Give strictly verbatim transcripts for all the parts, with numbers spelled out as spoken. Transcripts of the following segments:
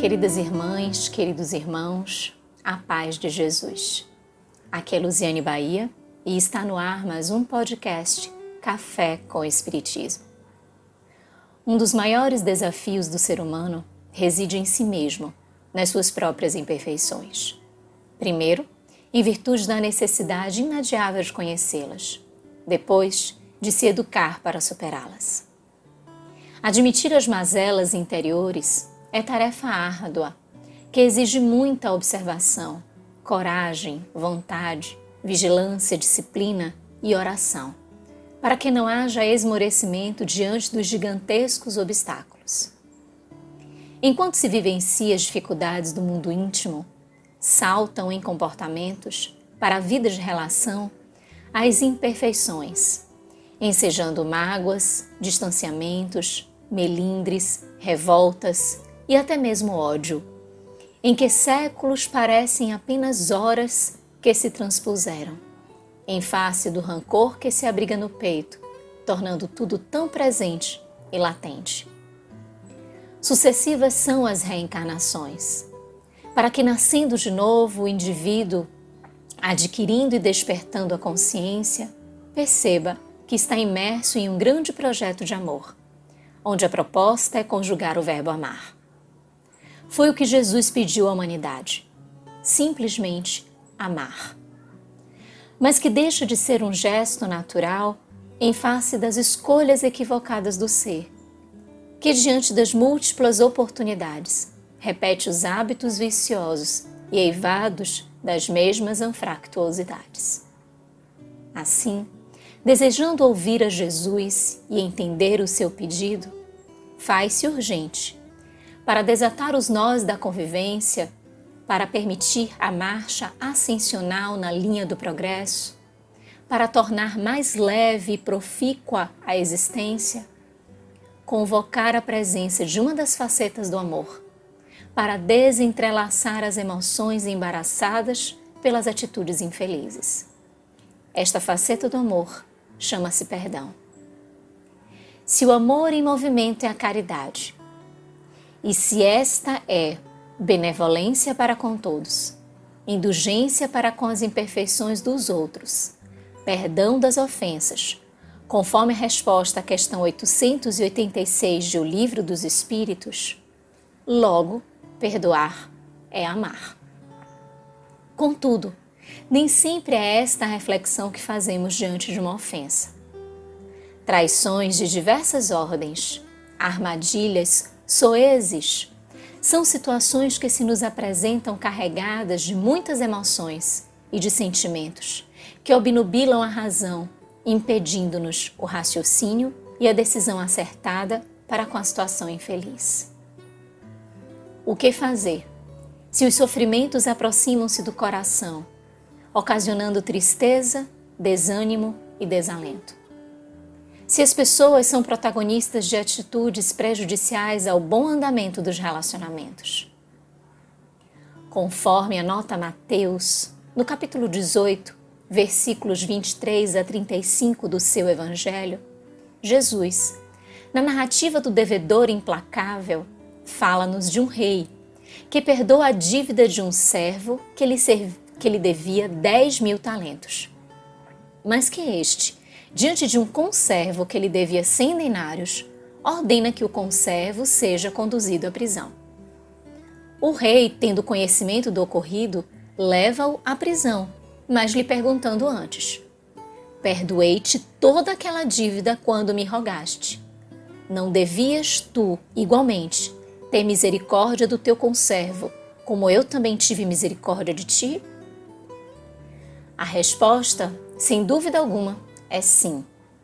Queridas irmãs, queridos irmãos, a paz de Jesus. Aqui é Luziane Bahia e está no ar mais um podcast Café com Espiritismo. Um dos maiores desafios do ser humano reside em si mesmo, nas suas próprias imperfeições. Primeiro, em virtude da necessidade inadiável de conhecê-las. Depois, de se educar para superá-las. Admitir as mazelas interiores é tarefa árdua, que exige muita observação, coragem, vontade, vigilância, disciplina e oração, para que não haja esmorecimento diante dos gigantescos obstáculos. Enquanto se vivencia as dificuldades do mundo íntimo, saltam em comportamentos para a vida de relação as imperfeições, ensejando mágoas, distanciamentos, melindres, revoltas e até mesmo ódio, em que séculos parecem apenas horas que se transpuseram, em face do rancor que se abriga no peito, tornando tudo tão presente e latente. Sucessivas são as reencarnações, para que, nascendo de novo, o indivíduo, adquirindo e despertando a consciência, perceba que está imerso em um grande projeto de amor, onde a proposta é conjugar o verbo amar. Foi o que Jesus pediu à humanidade, simplesmente amar. Mas que deixa de ser um gesto natural em face das escolhas equivocadas do ser, que diante das múltiplas oportunidades repete os hábitos viciosos e eivados das mesmas anfractuosidades. Assim, desejando ouvir a Jesus e entender o seu pedido, faz-se urgente para desatar os nós da convivência, para permitir a marcha ascensional na linha do progresso, para tornar mais leve e profícua a existência, convocar a presença de uma das facetas do amor, para desentrelaçar as emoções embaraçadas pelas atitudes infelizes. Esta faceta do amor chama-se perdão. Se o amor em movimento é a caridade, e se esta é benevolência para com todos, indulgência para com as imperfeições dos outros, perdão das ofensas, conforme a resposta à questão oitocentos e oitenta e seis de O Livro dos Espíritos, logo, perdoar é amar. Contudo, nem sempre é esta a reflexão que fazemos diante de uma ofensa. Traições de diversas ordens, armadilhas, soezes, são situações que se nos apresentam carregadas de muitas emoções e de sentimentos que obnubilam a razão, impedindo-nos o raciocínio e a decisão acertada para com a situação infeliz. O que fazer se os sofrimentos aproximam-se do coração, ocasionando tristeza, desânimo e desalento? Se as pessoas são protagonistas de atitudes prejudiciais ao bom andamento dos relacionamentos? Conforme anota Mateus, no capítulo dezoito, versículos vinte e três a trinta e cinco do seu Evangelho, Jesus, na narrativa do devedor implacável, fala-nos de um rei que perdoa a dívida de um servo que lhe, serv... que lhe devia dez mil talentos. Mas que este, diante de um conservo que lhe devia cem denários, ordena que o conservo seja conduzido à prisão. O rei, tendo conhecimento do ocorrido, leva-o à prisão, mas lhe perguntando antes: perdoei-te toda aquela dívida quando me rogaste. Não devias tu, igualmente, ter misericórdia do teu conservo, como eu também tive misericórdia de ti? A resposta, sem dúvida alguma, é sim.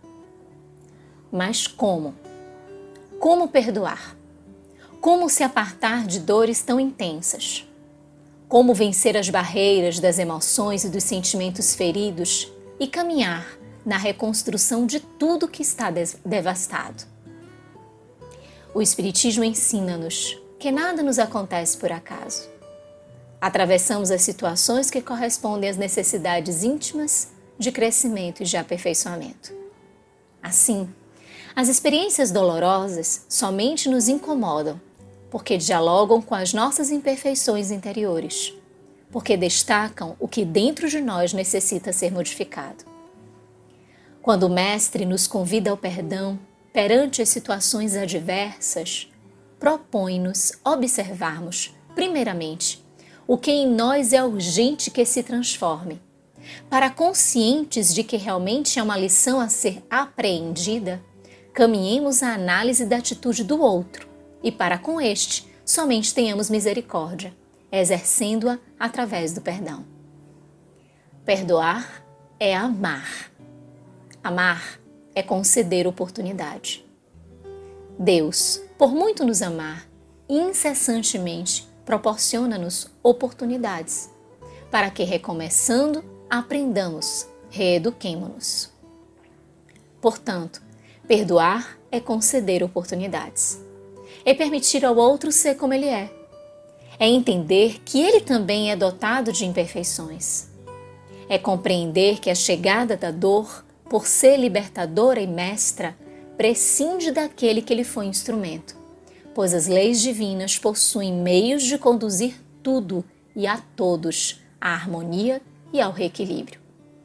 Mas como? Como perdoar? Como se apartar de dores tão intensas? Como vencer as barreiras das emoções e dos sentimentos feridos e caminhar na reconstrução de tudo que está devastado? O Espiritismo ensina-nos que nada nos acontece por acaso. Atravessamos as situações que correspondem às necessidades íntimas de crescimento e de aperfeiçoamento. Assim, as experiências dolorosas somente nos incomodam, porque dialogam com as nossas imperfeições interiores, porque destacam o que dentro de nós necessita ser modificado. Quando o Mestre nos convida ao perdão perante as situações adversas, propõe-nos observarmos, primeiramente, o que em nós é urgente que se transforme, para, conscientes de que realmente é uma lição a ser apreendida, caminhemos à análise da atitude do outro e, para com este, somente tenhamos misericórdia, exercendo-a através do perdão. Perdoar é amar. Amar é conceder oportunidade. Deus, por muito nos amar, incessantemente proporciona-nos oportunidades, para que, recomeçando, aprendamos, reeduquemo-nos. Portanto, perdoar é conceder oportunidades. É permitir ao outro ser como ele é. É entender que ele também é dotado de imperfeições. É compreender que a chegada da dor, por ser libertadora e mestra, prescinde daquele que lhe foi instrumento, pois as leis divinas possuem meios de conduzir tudo e a todos à harmonia e ao reequilíbrio.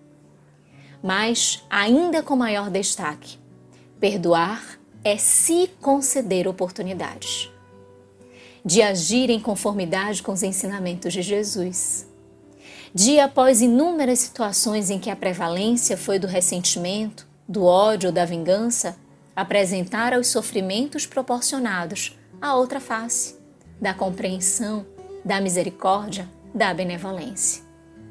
Mas, ainda com maior destaque, perdoar é se conceder oportunidades de agir em conformidade com os ensinamentos de Jesus. Dia após inúmeras situações em que a prevalência foi do ressentimento, do ódio ou da vingança, apresentar aos sofrimentos proporcionados a outra face, da compreensão, da misericórdia, da benevolência.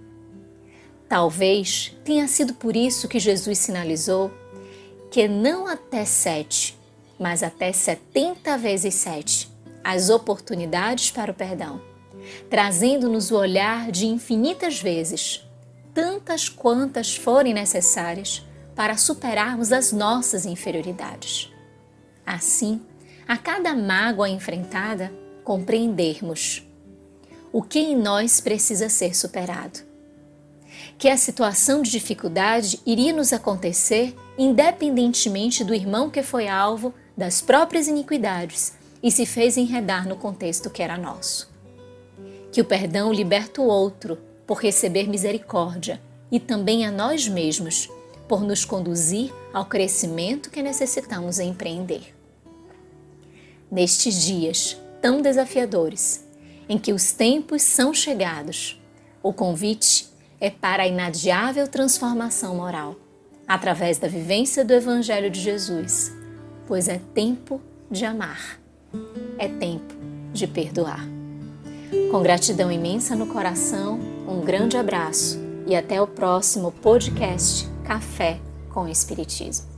Talvez tenha sido por isso que Jesus sinalizou que não até sete, mas até setenta vezes sete, as oportunidades para o perdão, trazendo-nos o olhar de infinitas vezes, tantas quantas forem necessárias para superarmos as nossas inferioridades. Assim, a cada mágoa enfrentada, compreendermos o que em nós precisa ser superado. Que a situação de dificuldade iria nos acontecer independentemente do irmão que foi alvo das próprias iniquidades e se fez enredar no contexto que era nosso. Que o perdão liberta o outro por receber misericórdia e também a nós mesmos por nos conduzir ao crescimento que necessitamos empreender. Nestes dias tão desafiadores, em que os tempos são chegados, o convite é para a inadiável transformação moral, através da vivência do Evangelho de Jesus, pois é tempo de amar, é tempo de perdoar. Com gratidão imensa no coração, um grande abraço e até o próximo podcast Café com Espiritismo.